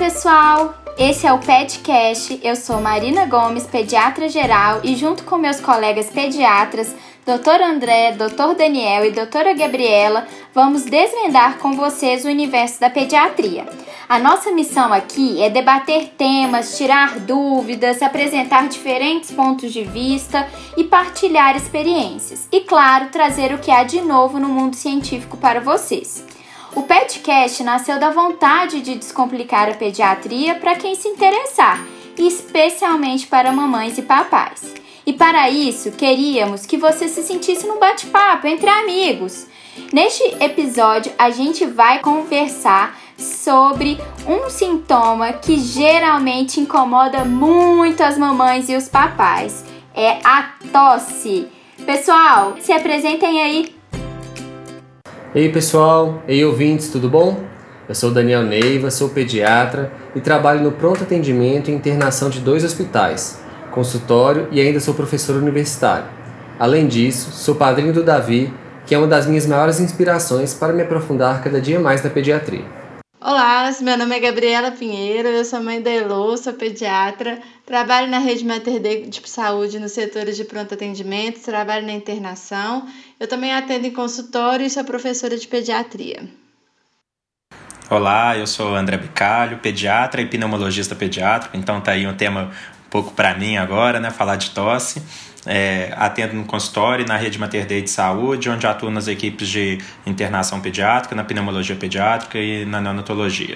pessoal! Esse é o PedCast. Eu sou Marina Gomes, pediatra geral, e junto com meus colegas pediatras, Dr. André, Dr. Daniel e doutora Gabriela, vamos desvendar com vocês o universo da pediatria. A nossa missão aqui é debater temas, tirar dúvidas, apresentar diferentes pontos de vista e partilhar experiências. E, claro, trazer o que há de novo no mundo científico para vocês. O PedCast nasceu da vontade de descomplicar a pediatria para quem se interessar, e especialmente para mamães e papais. E para isso, queríamos que você se sentisse num bate-papo entre amigos. Neste episódio, a gente vai conversar sobre um sintoma que geralmente incomoda muito as mamães e os papais. É a tosse. Pessoal, se apresentem aí. Ei pessoal, ei ouvintes, tudo bom? Eu sou Daniel Neiva, sou pediatra e trabalho no pronto atendimento e internação de 2 hospitais, consultório e ainda sou professor universitário. Além disso, sou padrinho do Davi, que é uma das minhas maiores inspirações para me aprofundar cada dia mais na pediatria. Olá, meu nome é Gabriela Pinheiro, eu sou mãe da Elô, sou pediatra, trabalho na rede Mater Dei de saúde nos setores de pronto atendimento, trabalho na internação, eu também atendo em consultório e sou professora de pediatria. Olá, eu sou André Bicalho, pediatra e pneumologista pediátrico, então tá aí um tema um pouco para mim agora, né, falar de tosse. Atendo no consultório, na rede Mater Dei de saúde, onde atuo nas equipes de internação pediátrica, na pneumologia pediátrica e na neonatologia.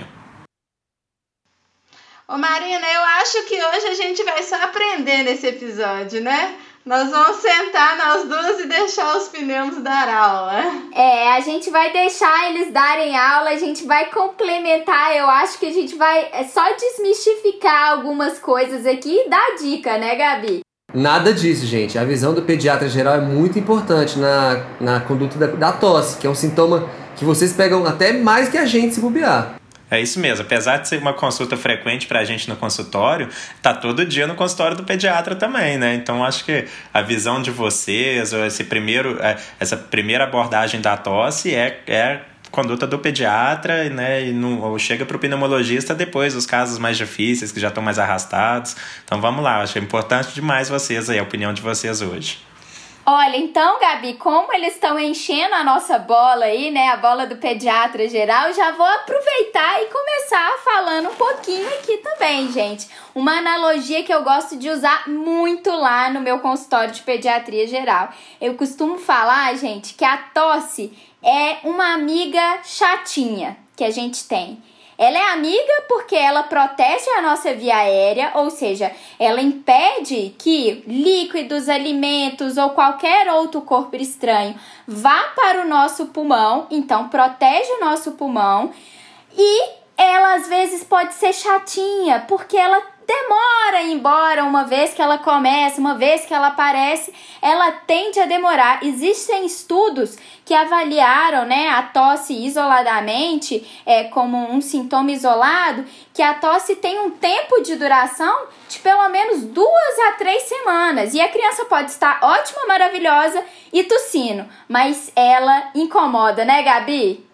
Ô Marina, eu acho que hoje a gente vai só aprender nesse episódio, né? Nós vamos sentar nós duas e deixar os pneus dar aula. A gente vai deixar eles darem aula, a gente vai complementar, eu acho que a gente vai só desmistificar algumas coisas aqui e dar dica, né, Gabi? Nada disso, gente. A visão do pediatra geral é muito importante na conduta da tosse, que é um sintoma que vocês pegam até mais que a gente se bobear. É isso mesmo, apesar de ser uma consulta frequente pra gente no consultório, tá todo dia no consultório do pediatra também, né? Então acho que a visão de vocês, ou essa primeira abordagem da tosse é conduta do pediatra, né? Ou chega pro pneumologista depois, os casos mais difíceis, que já estão mais arrastados. Então vamos lá, acho importante demais vocês aí, a opinião de vocês hoje. Olha, então, Gabi, como eles estão enchendo a nossa bola aí, né, a bola do pediatra geral, já vou aproveitar e começar falando um pouquinho aqui também, gente. Uma analogia que eu gosto de usar muito lá no meu consultório de pediatria geral. Eu costumo falar, gente, que a tosse é uma amiga chatinha que a gente tem. Ela é amiga porque ela protege a nossa via aérea, ou seja, ela impede que líquidos, alimentos ou qualquer outro corpo estranho vá para o nosso pulmão, então protege o nosso pulmão. E ela às vezes pode ser chatinha porque ela demora a ir embora. Uma vez que ela começa, uma vez que ela aparece, ela tende a demorar. Existem estudos que avaliaram, né, a tosse isoladamente, como um sintoma isolado, que a tosse tem um tempo de duração de pelo menos 2 a 3 semanas. E a criança pode estar ótima, maravilhosa e tossindo, mas ela incomoda, né, Gabi?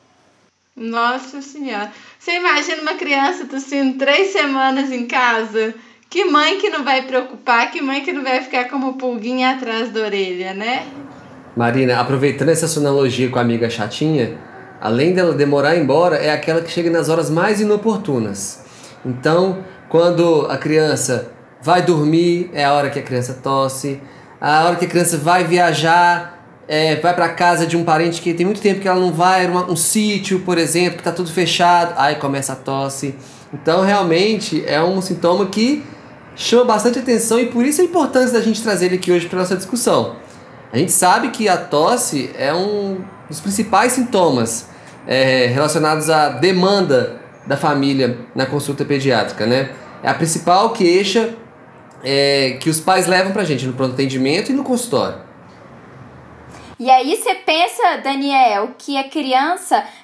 Nossa Senhora. Você imagina uma criança tossindo 3 semanas em casa? Que mãe que não vai preocupar, que mãe que não vai ficar como pulguinha atrás da orelha, né? Marina, aproveitando essa sua analogia com a amiga chatinha, além dela demorar a ir embora, é aquela que chega nas horas mais inoportunas. Então, quando a criança vai dormir, é a hora que a criança tosse. A hora que a criança vai viajar, vai para casa de um parente que tem muito tempo que ela não vai, um sítio, por exemplo, que está tudo fechado, aí começa a tosse. Então, realmente, é um sintoma que chama bastante atenção e por isso a importância da gente trazer ele aqui hoje para nossa discussão. A gente sabe que a tosse é um dos principais sintomas relacionados à demanda da família na consulta pediátrica, né? É a principal queixa que os pais levam pra gente no pronto atendimento e no consultório. E aí você pensa, Daniel, que a criança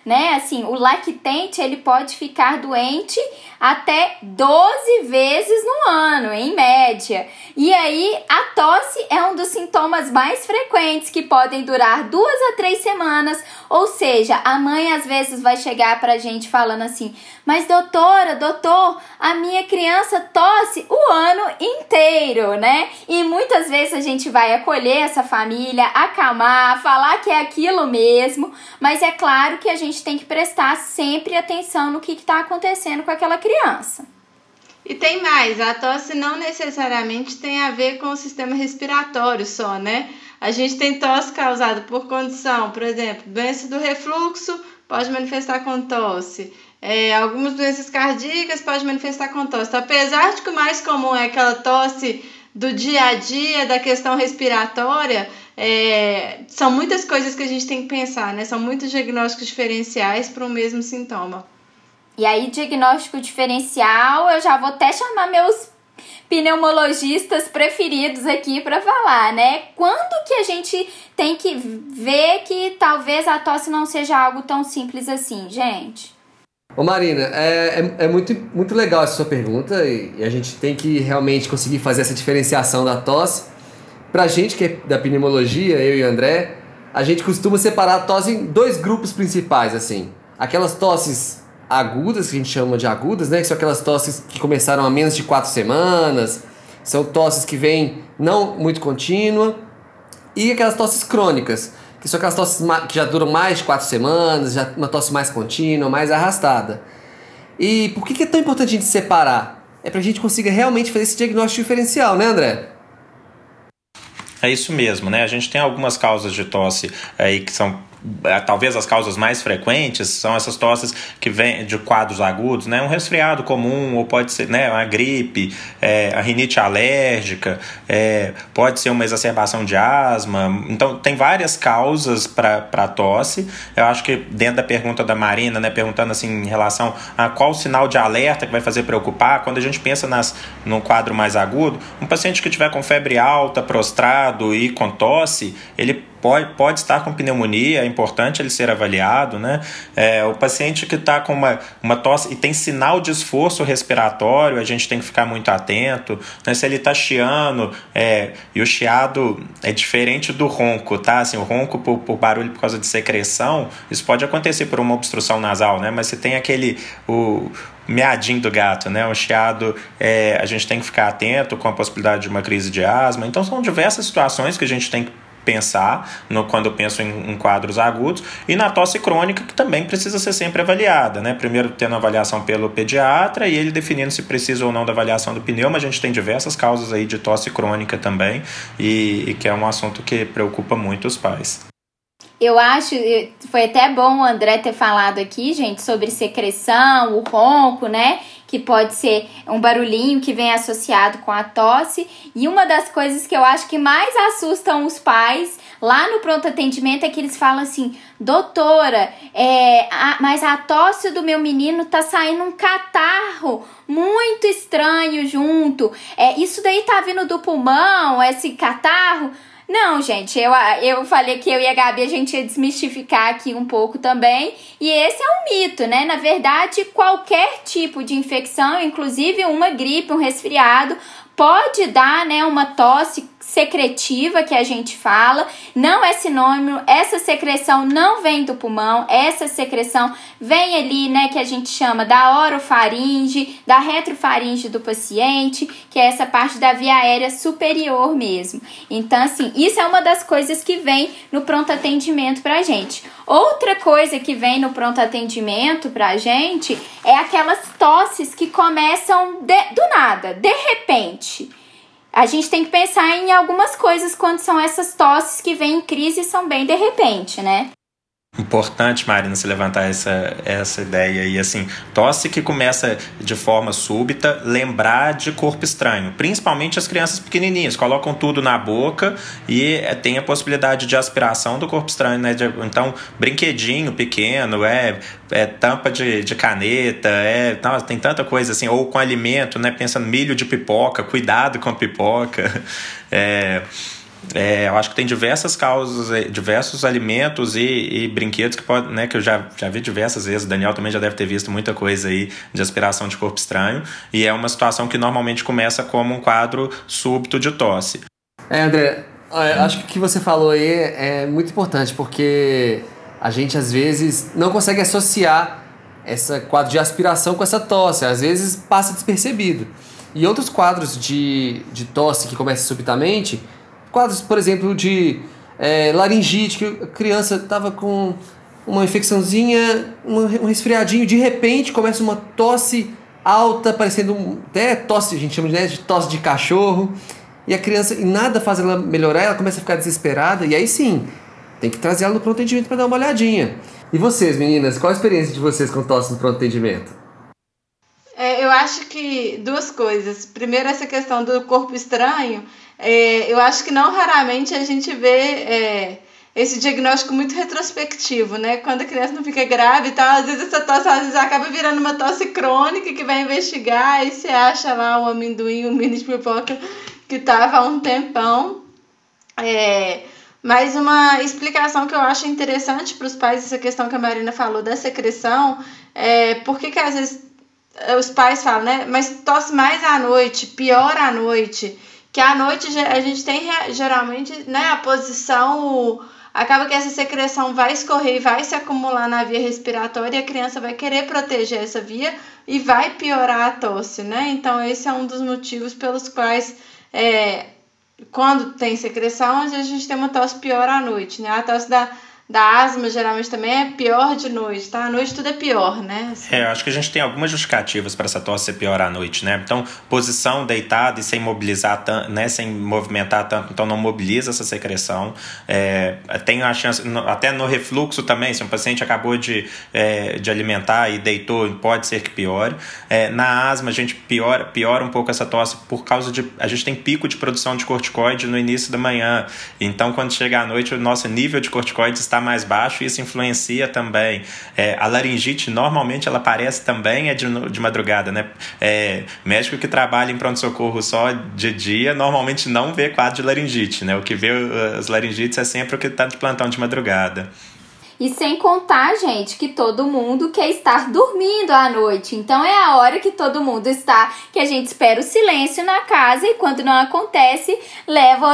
né? Assim, o lactente, ele pode ficar doente até 12 vezes no ano, em média. E aí, a tosse é um dos sintomas mais frequentes, que podem durar 2 a 3 semanas. Ou seja, a mãe às vezes vai chegar pra gente falando assim: mas doutor, a minha criança tosse o ano inteiro, né? E muitas vezes a gente vai acolher essa família, acalmar, falar que é aquilo mesmo, mas é claro que a gente tem que prestar sempre atenção no que está acontecendo com aquela criança. E tem mais, a tosse não necessariamente tem a ver com o sistema respiratório só, né? A gente tem tosse causada por condição, por exemplo, doença do refluxo pode manifestar com tosse. Algumas doenças cardíacas podem manifestar com tosse. Então, apesar de que o mais comum é aquela tosse do dia a dia, da questão respiratória, são muitas coisas que a gente tem que pensar, né? São muitos diagnósticos diferenciais para o mesmo sintoma. E aí, diagnóstico diferencial, eu já vou até chamar meus pneumologistas preferidos aqui para falar, né? Quando que a gente tem que ver que talvez a tosse não seja algo tão simples assim, gente? Ô Marina, é muito legal essa sua pergunta e a gente tem que realmente conseguir fazer essa diferenciação da tosse. Pra gente que é da pneumologia, eu e o André, a gente costuma separar a tosse em 2 grupos principais, assim. Aquelas tosses agudas, que a gente chama de agudas, né? Que são aquelas tosses que começaram há menos de 4 semanas, são tosses que vêm não muito contínua, e aquelas tosses crônicas, que são aquelas tosses que já duram mais de 4 semanas, já uma tosse mais contínua, mais arrastada. E por que é tão importante a gente separar? É pra gente conseguir realmente fazer esse diagnóstico diferencial, né, André? É isso mesmo, né? A gente tem algumas causas de tosse aí que são talvez as causas mais frequentes, são essas tosses que vêm de quadros agudos, né? Um resfriado comum, ou pode ser, né, uma gripe, a rinite alérgica, pode ser uma exacerbação de asma. Então, tem várias causas para a tosse. Eu acho que dentro da pergunta da Marina, né, perguntando assim em relação a qual sinal de alerta que vai fazer preocupar, quando a gente pensa num quadro mais agudo, um paciente que tiver com febre alta, prostrado e com tosse, ele pode estar com pneumonia, é importante ele ser avaliado, né? O paciente que está com uma tosse e tem sinal de esforço respiratório, a gente tem que ficar muito atento, né? Se ele está chiando, e o chiado é diferente do ronco, tá? Assim, o ronco por barulho por causa de secreção, isso pode acontecer por uma obstrução nasal, né? Mas se tem o meadinho do gato, né? O chiado, a gente tem que ficar atento com a possibilidade de uma crise de asma. Então, são diversas situações que a gente tem que pensar quando eu penso em quadros agudos, e na tosse crônica, que também precisa ser sempre avaliada, né? Primeiro tendo a avaliação pelo pediatra e ele definindo se precisa ou não da avaliação do pneuma. A gente tem diversas causas aí de tosse crônica também, e que é um assunto que preocupa muito os pais. Eu acho, foi até bom o André ter falado aqui, gente, sobre secreção, o ronco, né? Que pode ser um barulhinho que vem associado com a tosse. E uma das coisas que eu acho que mais assustam os pais lá no pronto atendimento é que eles falam assim: doutora, mas a tosse do meu menino tá saindo um catarro muito estranho junto. Isso daí tá vindo do pulmão, esse catarro? Não, gente, eu falei que eu e a Gabi a gente ia desmistificar aqui um pouco também, e esse é um mito, né? Na verdade, qualquer tipo de infecção, inclusive uma gripe, um resfriado, pode dar, né, uma tosse secretiva, que a gente fala, não é sinônimo, essa secreção não vem do pulmão, essa secreção vem ali, né, que a gente chama da orofaringe, da retrofaringe do paciente, que é essa parte da via aérea superior mesmo. Então, assim, isso é uma das coisas que vem no pronto atendimento pra gente. Outra coisa que vem no pronto atendimento pra gente é aquelas tosses que começam do nada, de repente. A gente tem que pensar em algumas coisas quando são essas tosses que vêm em crise e são bem de repente, né? Importante, Marina, se levantar essa ideia aí, assim, tosse que começa de forma súbita, lembrar de corpo estranho, principalmente as crianças pequenininhas, colocam tudo na boca e tem a possibilidade de aspiração do corpo estranho, né? Então, brinquedinho pequeno, tampa de caneta, tem tanta coisa assim, ou com alimento, né? Pensando milho de pipoca, cuidado com a pipoca, Eu acho que tem diversas causas, diversos alimentos e brinquedos que podem, né, que eu já vi diversas vezes. O Daniel também já deve ter visto muita coisa aí de aspiração de corpo estranho. E é uma situação que normalmente começa como um quadro súbito de tosse. André, acho que o que você falou aí é muito importante, porque a gente às vezes não consegue associar esse quadro de aspiração com essa tosse. Às vezes passa despercebido. E outros quadros de tosse que começam subitamente, quadros, por exemplo, de laringite, que a criança estava com uma infecçãozinha, um resfriadinho, de repente começa uma tosse alta, parecendo até tosse, a gente chama de tosse de cachorro, e a criança, e nada faz ela melhorar, ela começa a ficar desesperada, e aí sim, tem que trazer ela no pronto atendimento para dar uma olhadinha. E vocês, meninas, qual a experiência de vocês com tosse no pronto atendimento? Eu acho que duas coisas. Primeiro, essa questão do corpo estranho. Eu acho que não raramente a gente vê esse diagnóstico muito retrospectivo, né? Quando a criança não fica grave e tal, às vezes essa tosse acaba virando uma tosse crônica que vai investigar e você acha lá o amendoim, o mini de pipoca que estava há um tempão. Mas uma explicação que eu acho interessante para os pais, essa questão que a Marina falou da secreção, por que às vezes os pais falam, né? Mas tosse mais à noite, pior à noite. Que à noite a gente tem geralmente, né, a posição, acaba que essa secreção vai escorrer e vai se acumular na via respiratória e a criança vai querer proteger essa via e vai piorar a tosse, né? Então esse é um dos motivos pelos quais quando tem secreção, a gente tem uma tosse pior à noite, né? A tosse da asma geralmente também é pior de noite, tá? À noite tudo é pior, né? Assim. Eu acho que a gente tem algumas justificativas para essa tosse ser pior à noite, né? Então, posição deitada e sem mobilizar tanto, né? Sem movimentar tanto, então não mobiliza essa secreção. Tem a chance, até no refluxo também, se um paciente acabou de alimentar e deitou, pode ser que piore. Na asma, a gente piora um pouco essa tosse por causa de... A gente tem pico de produção de corticoide no início da manhã. Então, quando chega à noite, o nosso nível de corticoide está mais baixo e isso influencia também. A laringite, normalmente, ela aparece também de madrugada, né? Médico que trabalha em pronto-socorro só de dia, normalmente não vê quadro de laringite, né? O que vê as laringites é sempre o que está de plantão de madrugada. E sem contar, gente, que todo mundo quer estar dormindo à noite. Então é a hora que todo mundo está, que a gente espera o silêncio na casa e quando não acontece, leva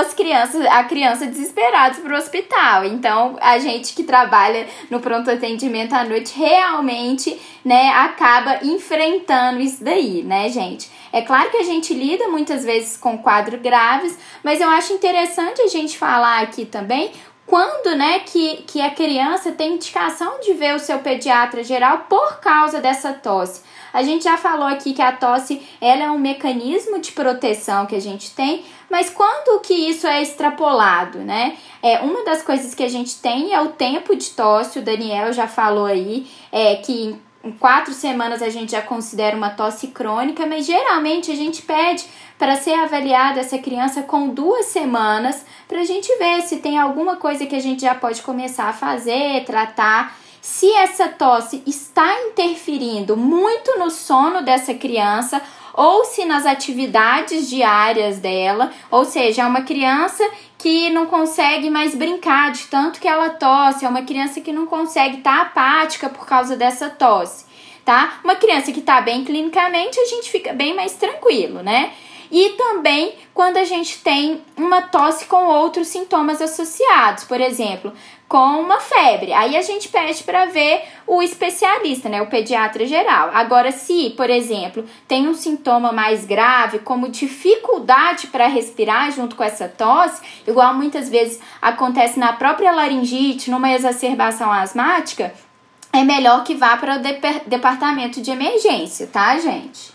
a criança desesperados para o hospital. Então a gente que trabalha no pronto atendimento à noite realmente, né, acaba enfrentando isso daí, né, gente? É claro que a gente lida muitas vezes com quadros graves, mas eu acho interessante a gente falar aqui também quando, né, que a criança tem indicação de ver o seu pediatra geral por causa dessa tosse. A gente já falou aqui que a tosse ela é um mecanismo de proteção que a gente tem, mas quando que isso é extrapolado, né? Uma das coisas que a gente tem é o tempo de tosse, o Daniel já falou aí, que em 4 semanas a gente já considera uma tosse crônica, mas geralmente a gente pede para ser avaliada essa criança com 2 semanas, para a gente ver se tem alguma coisa que a gente já pode começar a fazer, tratar. Se essa tosse está interferindo muito no sono dessa criança, ou se nas atividades diárias dela, ou seja, é uma criança que não consegue mais brincar de tanto que ela tosse, é uma criança que não consegue estar apática por causa dessa tosse, tá? Uma criança que está bem clinicamente, a gente fica bem mais tranquilo, né? E também quando a gente tem uma tosse com outros sintomas associados, por exemplo, com uma febre. Aí a gente pede para ver o especialista, né, o pediatra geral. Agora, se, por exemplo, tem um sintoma mais grave, como dificuldade para respirar junto com essa tosse, igual muitas vezes acontece na própria laringite, numa exacerbação asmática, é melhor que vá para o departamento de emergência, tá, gente?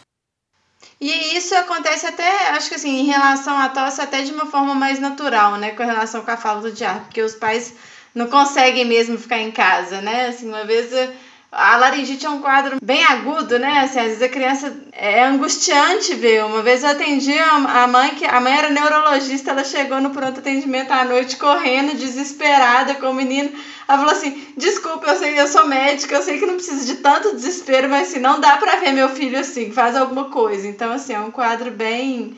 E isso acontece até, acho que assim, em relação à tosse, até de uma forma mais natural, né? Com relação com a falta de ar, porque os pais não conseguem mesmo ficar em casa, né? Assim, uma vez a laringite é um quadro bem agudo, né? Assim, às vezes a criança é angustiante ver. Uma vez eu atendi a mãe, que a mãe era neurologista, ela chegou no pronto atendimento à noite correndo, desesperada com o menino. Ela falou assim, desculpa, eu sou médica, eu sei que não precisa de tanto desespero, mas assim, não dá pra ver meu filho assim, faz alguma coisa. Então, assim, é um quadro bem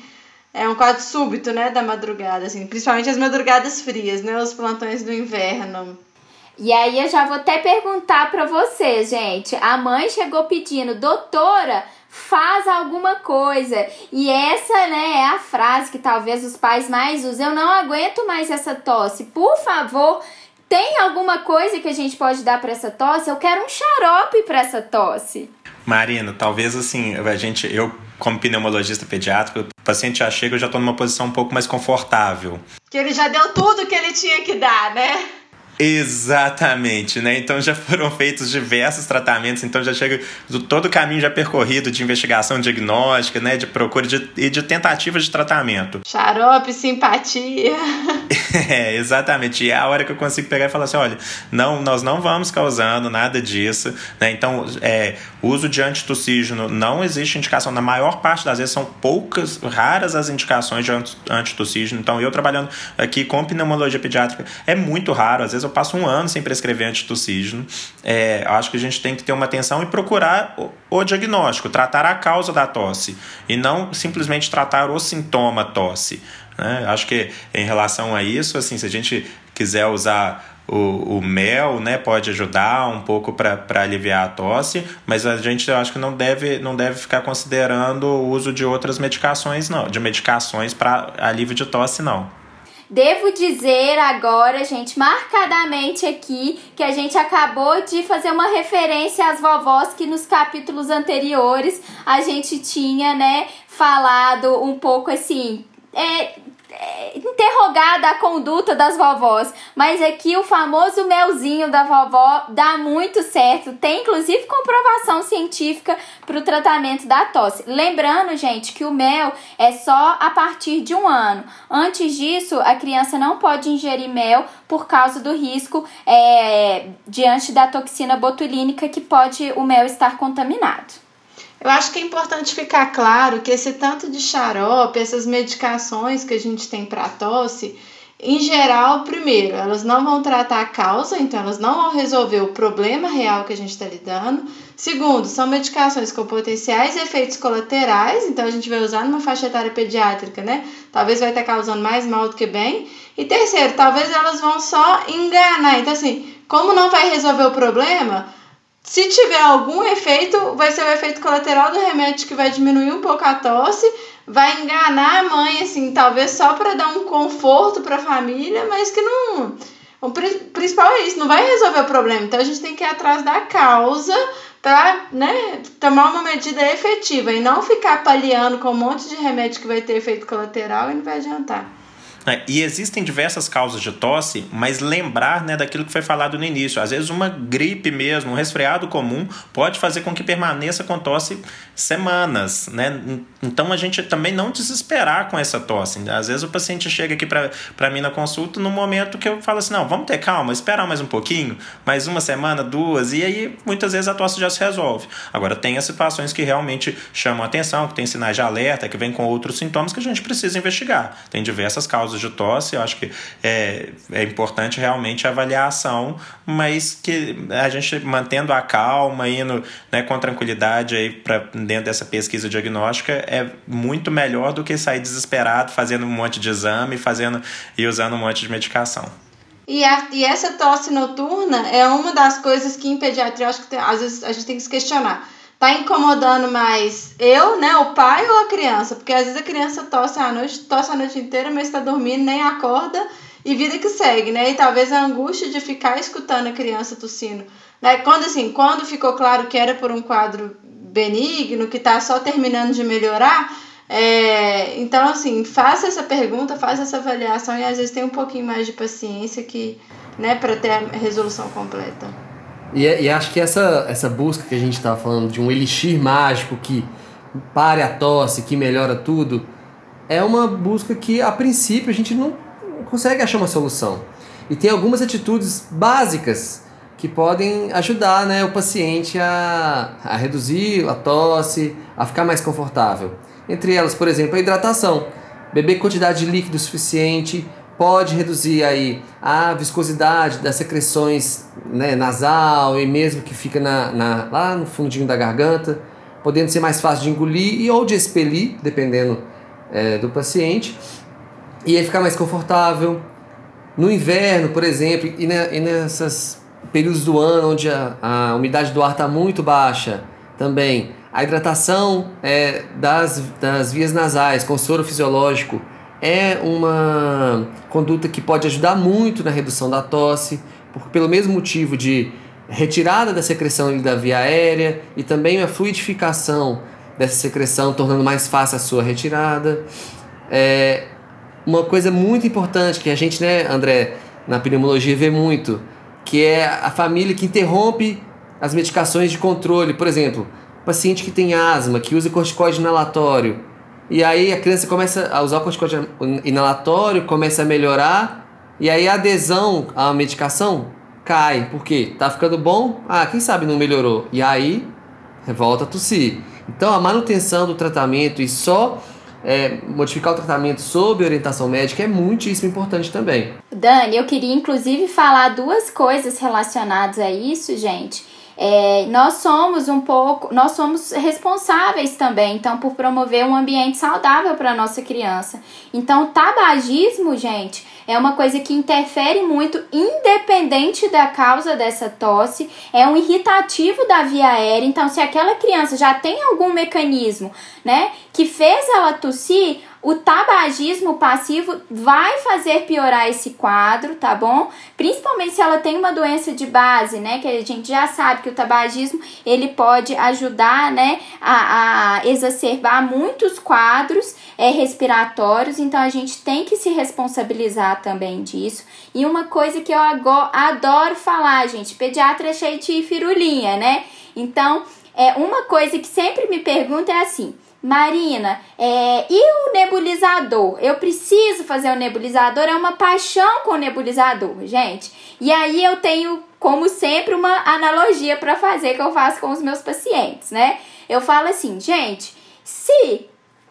é um quadro súbito, né, da madrugada, assim, principalmente as madrugadas frias, né, os plantões do inverno. E aí eu já vou até perguntar para vocês, gente. A mãe chegou pedindo, doutora, faz alguma coisa. E essa, né, é a frase que talvez os pais mais usam. Eu não aguento mais essa tosse. Por favor, tem alguma coisa que a gente pode dar para essa tosse? Eu quero um xarope para essa tosse. Marina, talvez assim, eu como pneumologista pediátrico, o paciente já chega, eu já estou numa posição um pouco mais confortável. Que ele já deu tudo que ele tinha que dar, né? Exatamente, né? Então já foram feitos diversos tratamentos, então já chega todo o caminho já percorrido de investigação diagnóstica, né? De procura e de tentativa de tratamento. Xarope, simpatia. Exatamente. E é a hora que eu consigo pegar e falar assim, olha, não, nós não vamos causando nada disso, né? Então, uso de antitussígeno não existe indicação. Na maior parte das vezes são raras as indicações de antitussígeno. Então, eu trabalhando aqui com pneumologia pediátrica, é muito raro. Às vezes eu passo 1 ano sem prescrever antitussígeno. Acho que a gente tem que ter uma atenção e procurar o diagnóstico, tratar a causa da tosse e não simplesmente tratar o sintoma tosse. Né? Acho que em relação a isso, assim, se a gente quiser usar o mel, né, pode ajudar um pouco para aliviar a tosse, mas a gente, eu acho que não deve ficar considerando o uso de outras medicações, não, de medicações para alívio de tosse, não. Devo dizer agora, gente, marcadamente aqui, que a gente acabou de fazer uma referência às vovós que nos capítulos anteriores a gente tinha, né, falado um pouco assim, interrogada a conduta das vovós, mas aqui o famoso melzinho da vovó dá muito certo, tem inclusive comprovação científica para o tratamento da tosse. Lembrando, gente, que o mel é só a partir de 1 ano. Antes disso, a criança não pode ingerir mel por causa do risco diante da toxina botulínica que pode o mel estar contaminado. Eu acho que é importante ficar claro que esse tanto de xarope, essas medicações que a gente tem para tosse, em geral, primeiro, elas não vão tratar a causa, então elas não vão resolver o problema real que a gente está lidando. Segundo, são medicações com potenciais efeitos colaterais, então a gente vai usar numa faixa etária pediátrica, né? Talvez vai estar causando mais mal do que bem. E terceiro, talvez elas vão só enganar. Então, assim, como não vai resolver o problema, se tiver algum efeito, vai ser o efeito colateral do remédio que vai diminuir um pouco a tosse, vai enganar a mãe, assim, talvez só para dar um conforto para a família, mas que não... O principal é isso, não vai resolver o problema. Então a gente tem que ir atrás da causa para, né, tomar uma medida efetiva e não ficar paliando com um monte de remédio que vai ter efeito colateral e não vai adiantar. E existem diversas causas de tosse, mas lembrar, né, daquilo que foi falado no início. Às vezes uma gripe mesmo, um resfriado comum, pode fazer com que permaneça com tosse semanas, né? Então a gente também não desesperar com essa tosse. Às vezes o paciente chega aqui para mim na consulta no momento que eu falo assim, não, vamos ter calma, esperar mais um pouquinho, mais 1 semana, 2, e aí muitas vezes a tosse já se resolve. Agora tem as situações que realmente chamam a atenção, que tem sinais de alerta, que vem com outros sintomas que a gente precisa investigar. Tem diversas causas de tosse, eu acho que é importante realmente a avaliação, mas que a gente mantendo a calma, indo, né, com tranquilidade aí para dentro dessa pesquisa diagnóstica é muito melhor do que sair desesperado fazendo um monte de exame e usando um monte de medicação. E essa tosse noturna é uma das coisas que em pediatria eu acho que às vezes a gente tem que se questionar. Tá incomodando mais eu, né, o pai ou a criança? Porque às vezes a criança tosse a noite inteira, mas tá dormindo, nem acorda e vida que segue, né? E talvez a angústia de ficar escutando a criança tossindo, né? Quando ficou claro que era por um quadro benigno, que tá só terminando de melhorar, então assim, faça essa pergunta, faça essa avaliação e às vezes tem um pouquinho mais de paciência né, para ter a resolução completa. E acho que essa busca que a gente estava falando de um elixir mágico que pare a tosse, que melhora tudo, é uma busca que, a princípio, a gente não consegue achar uma solução. E tem algumas atitudes básicas que podem ajudar, né, o paciente a reduzir a tosse, a ficar mais confortável. Entre elas, por exemplo, a hidratação. Beber quantidade de líquido suficiente pode reduzir aí a viscosidade das secreções, né, nasal e mesmo que fica lá no fundinho da garganta, podendo ser mais fácil de engolir ou de expelir, dependendo do paciente e ele ficar mais confortável. No inverno, por exemplo, e nesses períodos do ano onde a umidade do ar está muito baixa também, a hidratação das vias nasais com soro fisiológico é uma conduta que pode ajudar muito na redução da tosse, pelo mesmo motivo de retirada da secreção da via aérea e também a fluidificação dessa secreção, tornando mais fácil a sua retirada. Uma coisa muito importante que a gente, né, André, na pneumologia vê muito, que é a família que interrompe as medicações de controle. Por exemplo, paciente que tem asma, que usa corticoide inalatório, e aí a criança começa a usar o corticoide inalatório, começa a melhorar, e aí a adesão à medicação cai. Por quê? Tá ficando bom? Quem sabe não melhorou. E aí volta a tossir. Então a manutenção do tratamento e só modificar o tratamento sob orientação médica é muitíssimo importante também. Dani, eu queria inclusive falar duas coisas relacionadas a isso, gente. Nós somos responsáveis também, então, por promover um ambiente saudável para a nossa criança. Então, o tabagismo, gente, é uma coisa que interfere muito, independente da causa dessa tosse, é um irritativo da via aérea. Então, se aquela criança já tem algum mecanismo, né, que fez ela tossir, o tabagismo passivo vai fazer piorar esse quadro, tá bom? Principalmente se ela tem uma doença de base, né? Que a gente já sabe que o tabagismo, ele pode ajudar, né, a exacerbar muitos quadros respiratórios. Então, a gente tem que se responsabilizar também disso. E uma coisa que eu adoro falar, gente, pediatra é cheio de firulinha, né? Então, uma coisa que sempre me perguntam é assim: Marina, e o nebulizador? Eu preciso fazer o nebulizador? É uma paixão com o nebulizador, gente. E aí eu tenho, como sempre, uma analogia para fazer que eu faço com os meus pacientes, né? Eu falo assim, gente, se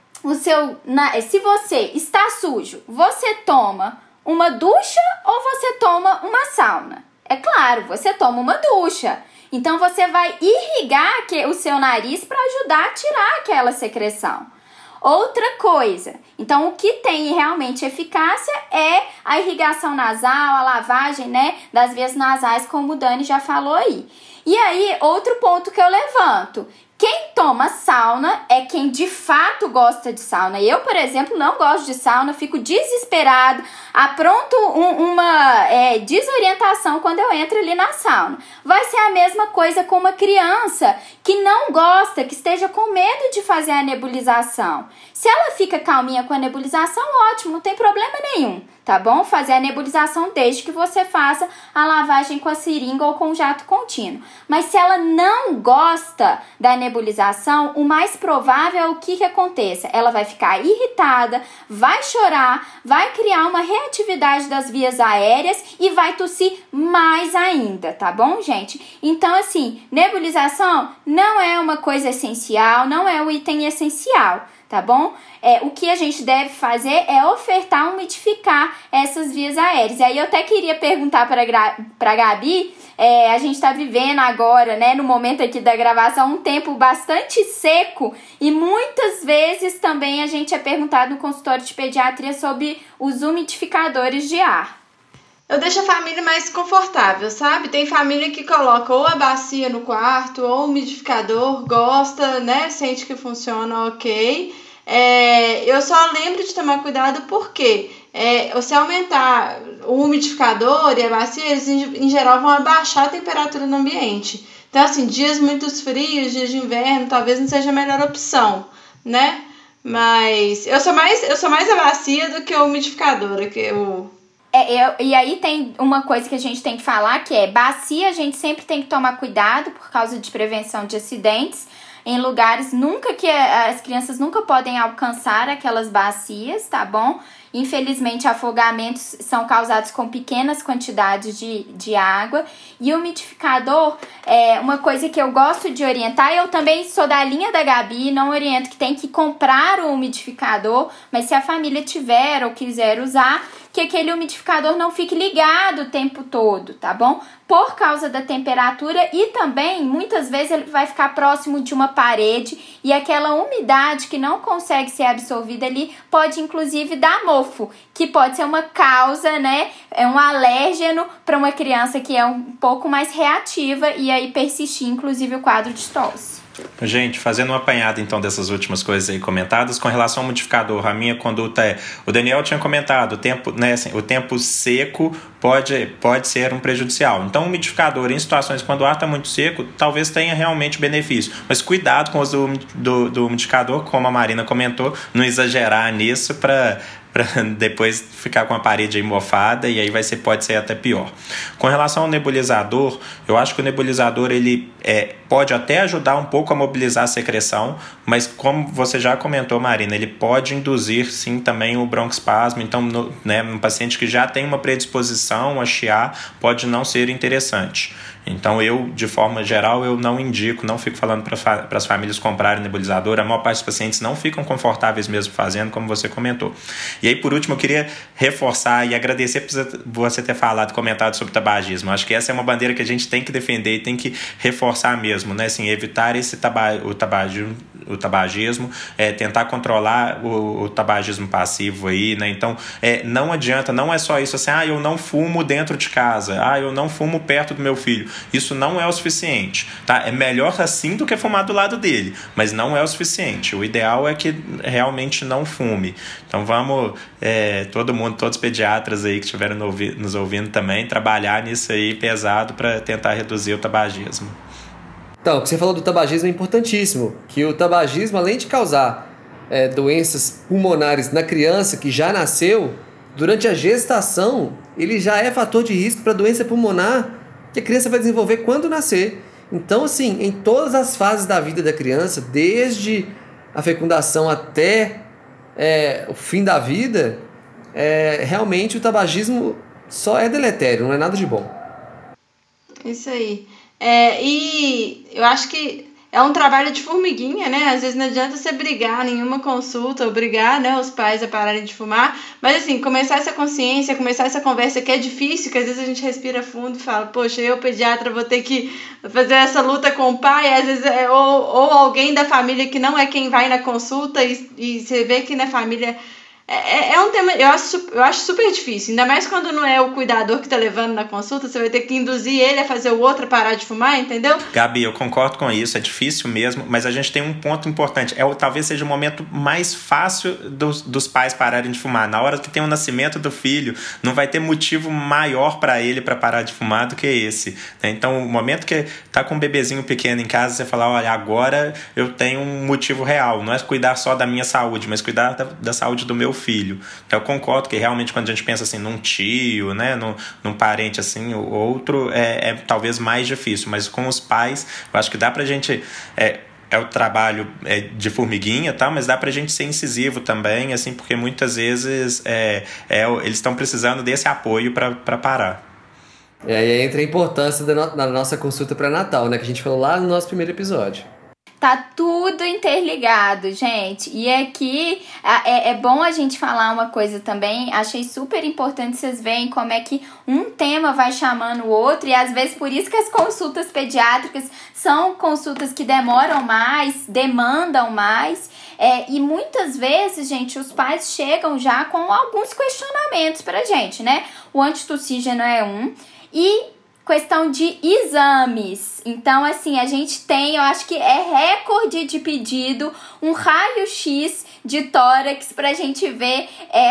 você está sujo, você toma uma ducha ou você toma uma sauna? É claro, você toma uma ducha. Então, você vai irrigar o seu nariz para ajudar a tirar aquela secreção. Outra coisa, então o que tem realmente eficácia é a irrigação nasal, a lavagem, né, das vias nasais, como o Dani já falou aí. E aí, outro ponto que eu levanto: quem toma sauna é quem de fato gosta de sauna. Eu, por exemplo, não gosto de sauna, fico desesperado, apronto uma desorientação quando eu entro ali na sauna. Vai ser a mesma coisa com uma criança que não gosta, que esteja com medo de fazer a nebulização. Se ela fica calminha com a nebulização, ótimo, não tem problema nenhum, tá bom? Fazer a nebulização desde que você faça a lavagem com a seringa ou com o jato contínuo. Mas se ela não gosta da nebulização, o mais provável é o que aconteça. Ela vai ficar irritada, vai chorar, vai criar uma reatividade das vias aéreas e vai tossir mais ainda, tá bom, gente? Então, assim, nebulização não é uma coisa essencial, não é o item essencial, tá bom? O que a gente deve fazer é ofertar, umidificar essas vias aéreas. E aí eu até queria perguntar para a Gabi, a gente está vivendo agora, né, no momento aqui da gravação, um tempo bastante seco e muitas vezes também a gente é perguntado no consultório de pediatria sobre os umidificadores de ar. Eu deixo a família mais confortável, sabe? Tem família que coloca ou a bacia no quarto ou o umidificador, gosta, né? Sente que funciona ok. Eu só lembro de tomar cuidado porque se aumentar o umidificador e a bacia, eles em geral vão abaixar a temperatura no ambiente. Então, assim, dias muito frios, dias de inverno, talvez não seja a melhor opção, né? Mas eu sou mais a bacia do que o umidificador, E aí tem uma coisa que a gente tem que falar, que bacia a gente sempre tem que tomar cuidado por causa de prevenção de acidentes em lugares que as crianças nunca podem alcançar aquelas bacias, tá bom? Infelizmente, afogamentos são causados com pequenas quantidades de água. E o umidificador é uma coisa que eu gosto de orientar. Eu também sou da linha da Gabi, não oriento que tem que comprar o umidificador, mas se a família tiver ou quiser usar, que aquele umidificador não fique ligado o tempo todo, tá bom? Por causa da temperatura e também, muitas vezes, ele vai ficar próximo de uma parede e aquela umidade que não consegue ser absorvida ali pode, inclusive, dar mofo, que pode ser uma causa, né? É um alérgeno para uma criança que é um pouco mais reativa e aí persistir, inclusive, o quadro de tosse. Gente, fazendo um apanhado então dessas últimas coisas aí comentadas, com relação ao umidificador, a minha conduta é, o Daniel tinha comentado, o tempo, né, assim, o tempo seco pode ser um prejudicial. Então, o umidificador, em situações quando o ar está muito seco, talvez tenha realmente benefício. Mas cuidado com o uso do umidificador, como a Marina comentou, não exagerar nisso para depois ficar com a parede aí mofada e aí pode ser até pior. Com relação ao nebulizador, eu acho que o nebulizador ele pode até ajudar um pouco a mobilizar a secreção, mas como você já comentou, Marina, ele pode induzir sim também o broncoespasmo. Então, um paciente que já tem uma predisposição a chiar, pode não ser interessante. Então, eu, de forma geral, eu não indico, não fico falando para as famílias comprarem nebulizador. A maior parte dos pacientes não ficam confortáveis mesmo fazendo, como você comentou. E aí, por último, eu queria reforçar e agradecer por você ter comentado sobre tabagismo. Acho que essa é uma bandeira que a gente tem que defender e tem que reforçar mesmo, né? Assim, evitar o tabagismo, tentar controlar o tabagismo passivo aí, né? Então, não adianta, não é só isso assim, eu não fumo dentro de casa, eu não fumo perto do meu filho. Isso não é o suficiente, tá? É melhor assim do que fumar do lado dele, mas não é o suficiente. O ideal é que realmente não fume. Então vamos, todos os pediatras aí que estiveram nos ouvindo também, trabalhar nisso aí pesado para tentar reduzir o tabagismo. Então, o que você falou do tabagismo é importantíssimo, que o tabagismo, além de causar doenças pulmonares na criança que já nasceu, durante a gestação, ele já é fator de risco para doença pulmonar que a criança vai desenvolver quando nascer. Então, assim, em todas as fases da vida da criança, desde a fecundação até o fim da vida, realmente o tabagismo só é deletério, não é nada de bom. Isso aí. E eu acho que é um trabalho de formiguinha, né? Às vezes não adianta você brigar nenhuma consulta, obrigar, né, os pais a pararem de fumar, mas assim, começar essa consciência, começar essa conversa que é difícil, que às vezes a gente respira fundo e fala, poxa, eu, pediatra, vou ter que fazer essa luta com o pai, às vezes ou alguém da família que não é quem vai na consulta e você vê que na família... É um tema, eu acho super difícil, ainda mais quando não é o cuidador que tá levando na consulta, você vai ter que induzir ele a fazer o outro parar de fumar, entendeu? Gabi, eu concordo com isso, é difícil mesmo, mas a gente tem um ponto importante, talvez seja o momento mais fácil dos pais pararem de fumar. Na hora que tem o nascimento do filho, não vai ter motivo maior para ele para parar de fumar do que esse, né? Então, o momento que tá com um bebezinho pequeno em casa, você fala, olha, agora eu tenho um motivo real, não é cuidar só da minha saúde, mas cuidar da saúde do meu filho. Então, eu concordo que realmente quando a gente pensa assim num tio, né, num parente assim, o outro é talvez mais difícil, mas com os pais, eu acho que dá pra gente... É o trabalho de formiguinha, tá? Mas dá pra gente ser incisivo também, assim, porque muitas vezes eles estão precisando desse apoio para parar. E aí entra a importância da nossa consulta pré-natal, né? Que a gente falou lá no nosso primeiro episódio. Tá tudo interligado, gente. E aqui é bom a gente falar uma coisa também. Achei super importante vocês verem como é que um tema vai chamando o outro. E às vezes por isso que as consultas pediátricas são consultas que demoram mais, demandam mais. E muitas vezes, gente, os pais chegam já com alguns questionamentos pra gente, né? O antitussígeno é um. E questão de exames. Então, assim, a gente tem, eu acho que é recorde de pedido, um raio-x de tórax pra gente ver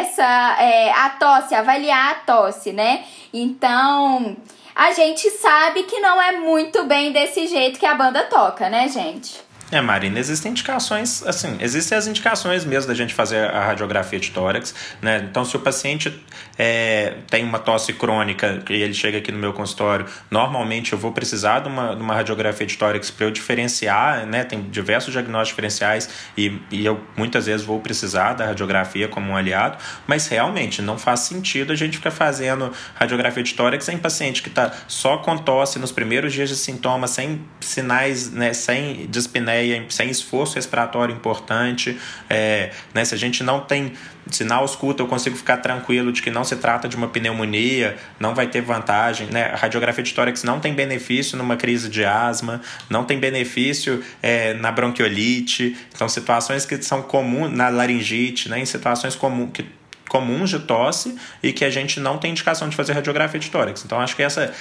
a tosse, avaliar a tosse, né? Então, a gente sabe que não é muito bem desse jeito que a banda toca, né, gente? Marina, existem indicações, assim, existem as indicações mesmo da gente fazer a radiografia de tórax, né? Então, se o paciente tem uma tosse crônica e ele chega aqui no meu consultório, normalmente eu vou precisar de uma radiografia de tórax para eu diferenciar, né? Tem diversos diagnósticos diferenciais e eu muitas vezes vou precisar da radiografia como um aliado, mas realmente não faz sentido a gente ficar fazendo radiografia de tórax em paciente que está só com tosse nos primeiros dias de sintomas, sem sinais, né? Sem dispneia apneia, sem esforço respiratório importante, né, se a gente não tem sinal escuta, eu consigo ficar tranquilo de que não se trata de uma pneumonia, não vai ter vantagem, né? A radiografia de tórax não tem benefício numa crise de asma, não tem benefício na bronquiolite, então situações que são comuns, na laringite, né? Em situações comuns de tosse e que a gente não tem indicação de fazer radiografia de tórax. Então, acho que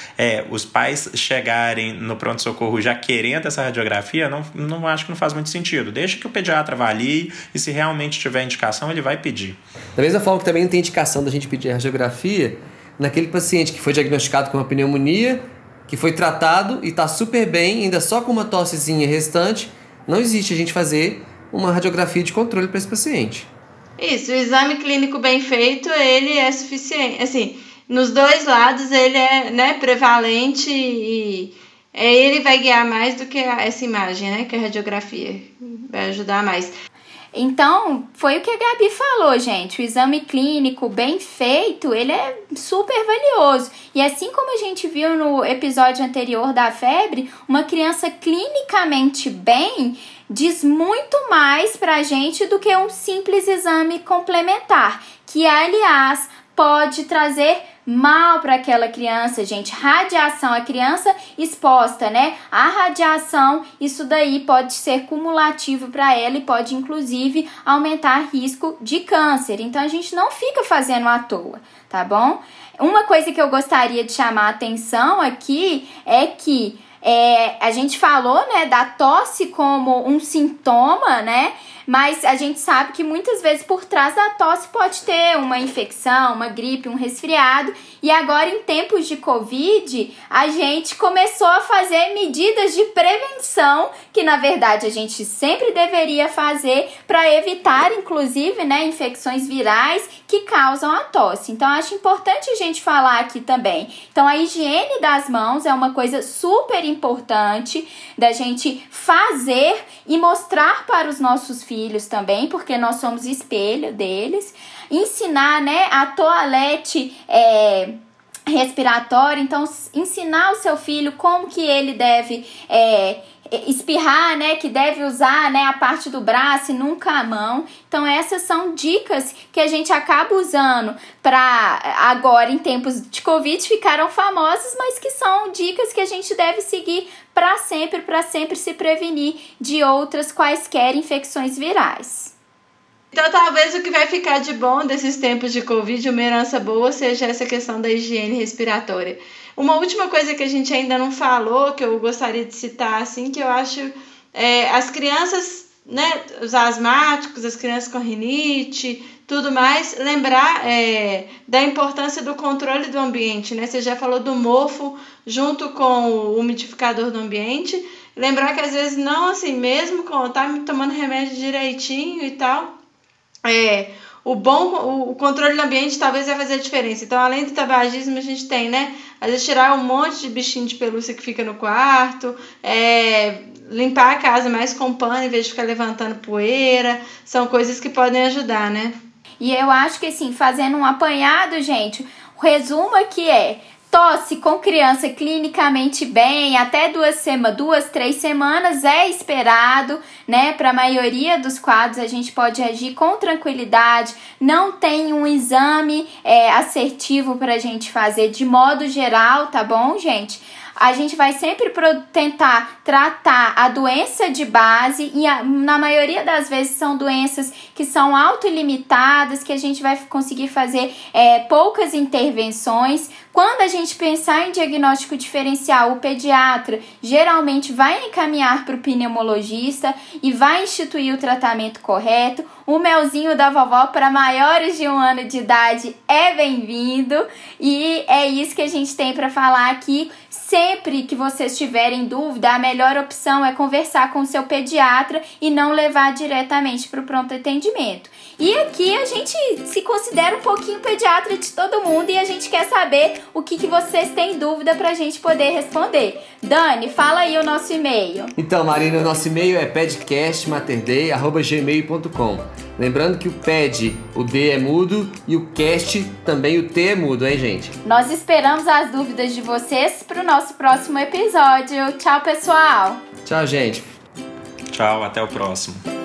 os pais chegarem no pronto-socorro já querendo essa radiografia, não acho que não faz muito sentido. Deixa que o pediatra avalie e se realmente tiver indicação, ele vai pedir. Da mesma forma que também não tem indicação da gente pedir radiografia naquele paciente que foi diagnosticado com uma pneumonia, que foi tratado e está super bem, ainda só com uma tossezinha restante, não existe a gente fazer uma radiografia de controle para esse paciente. Isso, o exame clínico bem feito, ele é suficiente, assim, nos dois lados ele é, né, prevalente e ele vai guiar mais do que essa imagem, né, que a radiografia vai ajudar mais. Então, foi o que a Gabi falou, gente. O exame clínico bem feito, ele é super valioso. E assim como a gente viu no episódio anterior da febre, uma criança clinicamente bem diz muito mais pra gente do que um simples exame complementar, que, aliás, pode trazer mal para aquela criança, gente. Radiação, a criança exposta, né? A radiação, isso daí pode ser cumulativo para ela e pode, inclusive, aumentar risco de câncer. Então, a gente não fica fazendo à toa, tá bom? Uma coisa que eu gostaria de chamar a atenção aqui é que a gente falou, né, da tosse como um sintoma, né? Mas a gente sabe que muitas vezes por trás da tosse pode ter uma infecção, uma gripe, um resfriado. E agora, em tempos de Covid, a gente começou a fazer medidas de prevenção, que na verdade a gente sempre deveria fazer para evitar, inclusive, né, infecções virais que causam a tosse. Então, acho importante a gente falar aqui também. Então, a higiene das mãos é uma coisa super importante da gente fazer e mostrar para os nossos filhos também, porque nós somos espelho deles. Ensinar, né, a toalete respiratória, então ensinar o seu filho como que ele deve espirrar, né, que deve usar, né, a parte do braço e nunca a mão. Então essas são dicas que a gente acaba usando para agora em tempos de Covid ficaram famosas, mas que são dicas que a gente deve seguir para sempre se prevenir de outras quaisquer infecções virais. Então, talvez o que vai ficar de bom desses tempos de Covid, uma herança boa, seja essa questão da higiene respiratória. Uma última coisa que a gente ainda não falou, que eu gostaria de citar, assim, que eu acho, as crianças, né, os asmáticos, as crianças com rinite, tudo mais, lembrar da importância do controle do ambiente, né? Você já falou do mofo junto com o umidificador do ambiente. Lembrar que às vezes não, assim, mesmo tá tomando remédio direitinho e tal, o controle do ambiente talvez vai fazer a diferença. Então, além do tabagismo, a gente tem, né? Às vezes tirar um monte de bichinho de pelúcia que fica no quarto, limpar a casa mais com pano em vez de ficar levantando poeira. São coisas que podem ajudar, né? E eu acho que, assim, fazendo um apanhado, gente, o resumo aqui tosse com criança clinicamente bem, até 2-3 semanas é esperado, né? Para a maioria dos quadros a gente pode agir com tranquilidade, não tem um exame assertivo para a gente fazer de modo geral, tá bom, gente? A gente vai sempre tentar tratar a doença de base e na maioria das vezes são doenças que são autolimitadas, que a gente vai conseguir fazer poucas intervenções. Quando a gente pensar em diagnóstico diferencial, o pediatra geralmente vai encaminhar para o pneumologista e vai instituir o tratamento correto. O melzinho da vovó para maiores de 1 ano de idade é bem-vindo e é isso que a gente tem para falar aqui. Sempre que vocês tiverem dúvida, a melhor opção é conversar com o seu pediatra e não levar diretamente para o pronto atendimento. E aqui a gente se considera um pouquinho pediatra de todo mundo e a gente quer saber o que vocês têm dúvida para a gente poder responder. Dani, fala aí o nosso e-mail. Então, Marina, o nosso e-mail é pedcastmaternday@gmail.com. Lembrando que o ped, o D é mudo, e o cast, também o T é mudo, hein, gente? Nós esperamos as dúvidas de vocês para o nosso próximo episódio. Tchau, pessoal! Tchau, gente! Tchau, até o próximo.